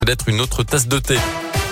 Peut-être une autre tasse de thé.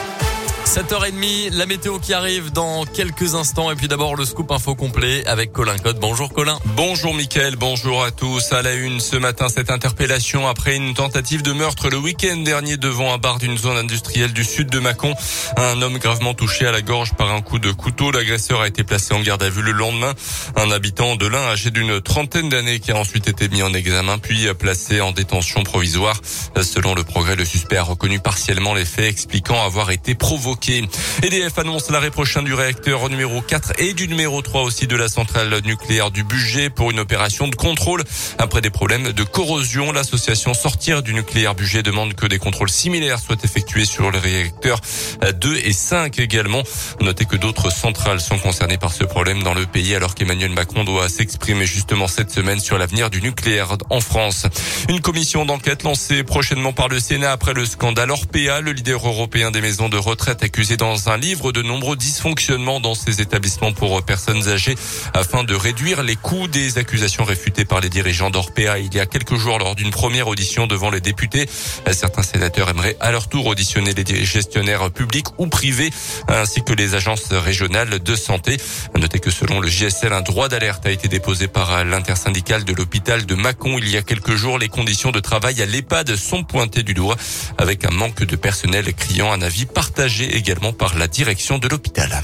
7h30, la météo qui arrive dans quelques instants. Et puis d'abord, le scoop info complet avec Colin Cotte. Bonjour Colin. Bonjour Mickaël, bonjour à tous. À la une ce matin, cette interpellation après une tentative de meurtre le week-end dernier devant un bar d'une zone industrielle du sud de Mâcon. Un homme gravement touché à la gorge par un coup de couteau. L'agresseur a été placé en garde à vue le lendemain. Un habitant de l'Ain âgé d'une trentaine d'années qui a ensuite été mis en examen puis placé en détention provisoire. Selon le Progrès, le suspect a reconnu partiellement les faits, expliquant avoir été provoqué. EDF annonce l'arrêt prochain du réacteur numéro 4 et du numéro 3 aussi de la centrale nucléaire du Bugey pour une opération de contrôle. Après des problèmes de corrosion, l'association Sortir du nucléaire Bugey demande que des contrôles similaires soient effectués sur les réacteurs 2 et 5 également. Notez que d'autres centrales sont concernées par ce problème dans le pays alors qu'Emmanuel Macron doit s'exprimer justement cette semaine sur l'avenir du nucléaire en France. Une commission d'enquête lancée prochainement par le Sénat après le scandale Orpea, le leader européen des maisons de retraite accusé dans un livre de nombreux dysfonctionnements dans ces établissements pour personnes âgées afin de réduire les coûts. Des accusations réfutées par les dirigeants d'Orpea il y a quelques jours lors d'une première audition devant les députés. Certains sénateurs aimeraient à leur tour auditionner les gestionnaires publics ou privés ainsi que les agences régionales de santé. Notez que selon le JSL, un droit d'alerte a été déposé par l'intersyndicale de l'hôpital de Mâcon il y a quelques jours. Les conditions de travail à l'EHPAD sont pointées du doigt avec un manque de personnel criant un avis partagé également par la direction de l'hôpital.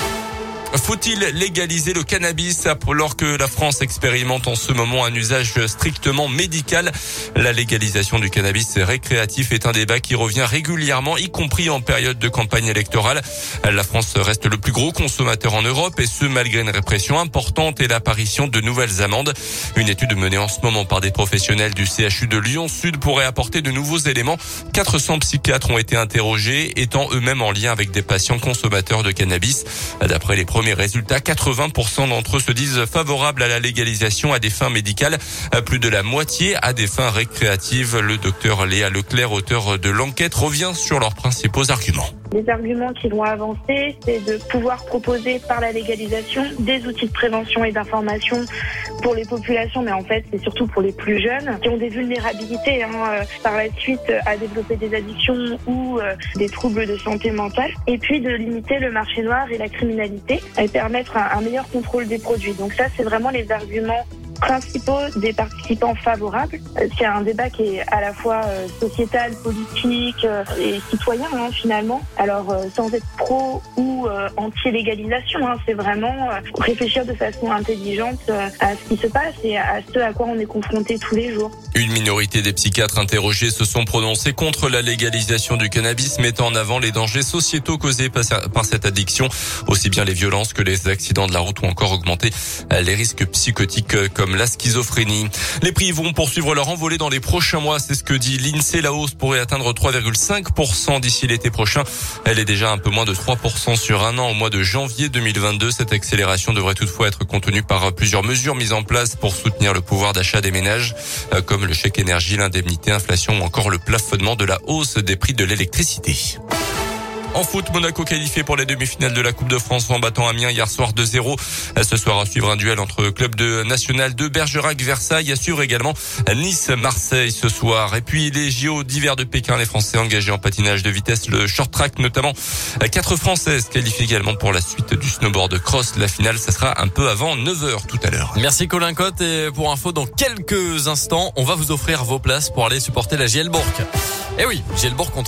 Faut-il légaliser le cannabis alors que la France expérimente en ce moment un usage strictement médical? La légalisation du cannabis récréatif est un débat qui revient régulièrement, y compris en période de campagne électorale. La France reste le plus gros consommateur en Europe et ce malgré une répression importante et l'apparition de nouvelles amendes. Une étude menée en ce moment par des professionnels du CHU de Lyon-Sud pourrait apporter de nouveaux éléments. 400 psychiatres ont été interrogés, étant eux-mêmes en lien avec des patients consommateurs de cannabis. D'après les premiers résultats, 80% d'entre eux se disent favorables à la légalisation à des fins médicales, plus de la moitié à des fins récréatives. Le docteur Léa Leclerc, auteur de l'enquête, revient sur leurs principaux arguments. Les arguments qui vont avancer, c'est de pouvoir proposer par la légalisation des outils de prévention et d'information pour les populations, mais en fait c'est surtout pour les plus jeunes qui ont des vulnérabilités par la suite à développer des addictions ou des troubles de santé mentale, et puis de limiter le marché noir et la criminalité et permettre un meilleur contrôle des produits. Donc ça, c'est vraiment les arguments principaux des participants favorables. C'est un débat qui est à la fois sociétal, politique et citoyen finalement. Alors sans être pro ou anti-légalisation, c'est vraiment réfléchir de façon intelligente à ce qui se passe et à ce à quoi on est confronté tous les jours. Une minorité des psychiatres interrogés se sont prononcés contre la légalisation du cannabis, mettant en avant les dangers sociétaux causés par cette addiction, aussi bien les violences que les accidents de la route ou encore augmenter les risques psychotiques comme la schizophrénie. Les prix vont poursuivre leur envolée dans les prochains mois, c'est ce que dit l'INSEE. La hausse pourrait atteindre 3,5% d'ici l'été prochain. Elle est déjà un peu moins de 3% sur un an au mois de janvier 2022. Cette accélération devrait toutefois être contenue par plusieurs mesures mises en place pour soutenir le pouvoir d'achat des ménages, comme le chèque énergie, l'indemnité inflation ou encore le plafonnement de la hausse des prix de l'électricité. En foot, Monaco qualifié pour les demi-finales de la Coupe de France en battant Amiens hier soir 2-0. Ce soir à suivre un duel entre club de National 2, Bergerac-Versailles. Assure également Nice-Marseille ce soir. Et puis les JO d'hiver de Pékin, les Français engagés en patinage de vitesse, le short track notamment. 4 Françaises qualifiées également pour la suite du snowboard cross. La finale, ça sera un peu avant 9h tout à l'heure. Merci Colin Cotte. Et pour info, dans quelques instants, on va vous offrir vos places pour aller supporter la JL Bourg. Eh oui, JL Bourg contre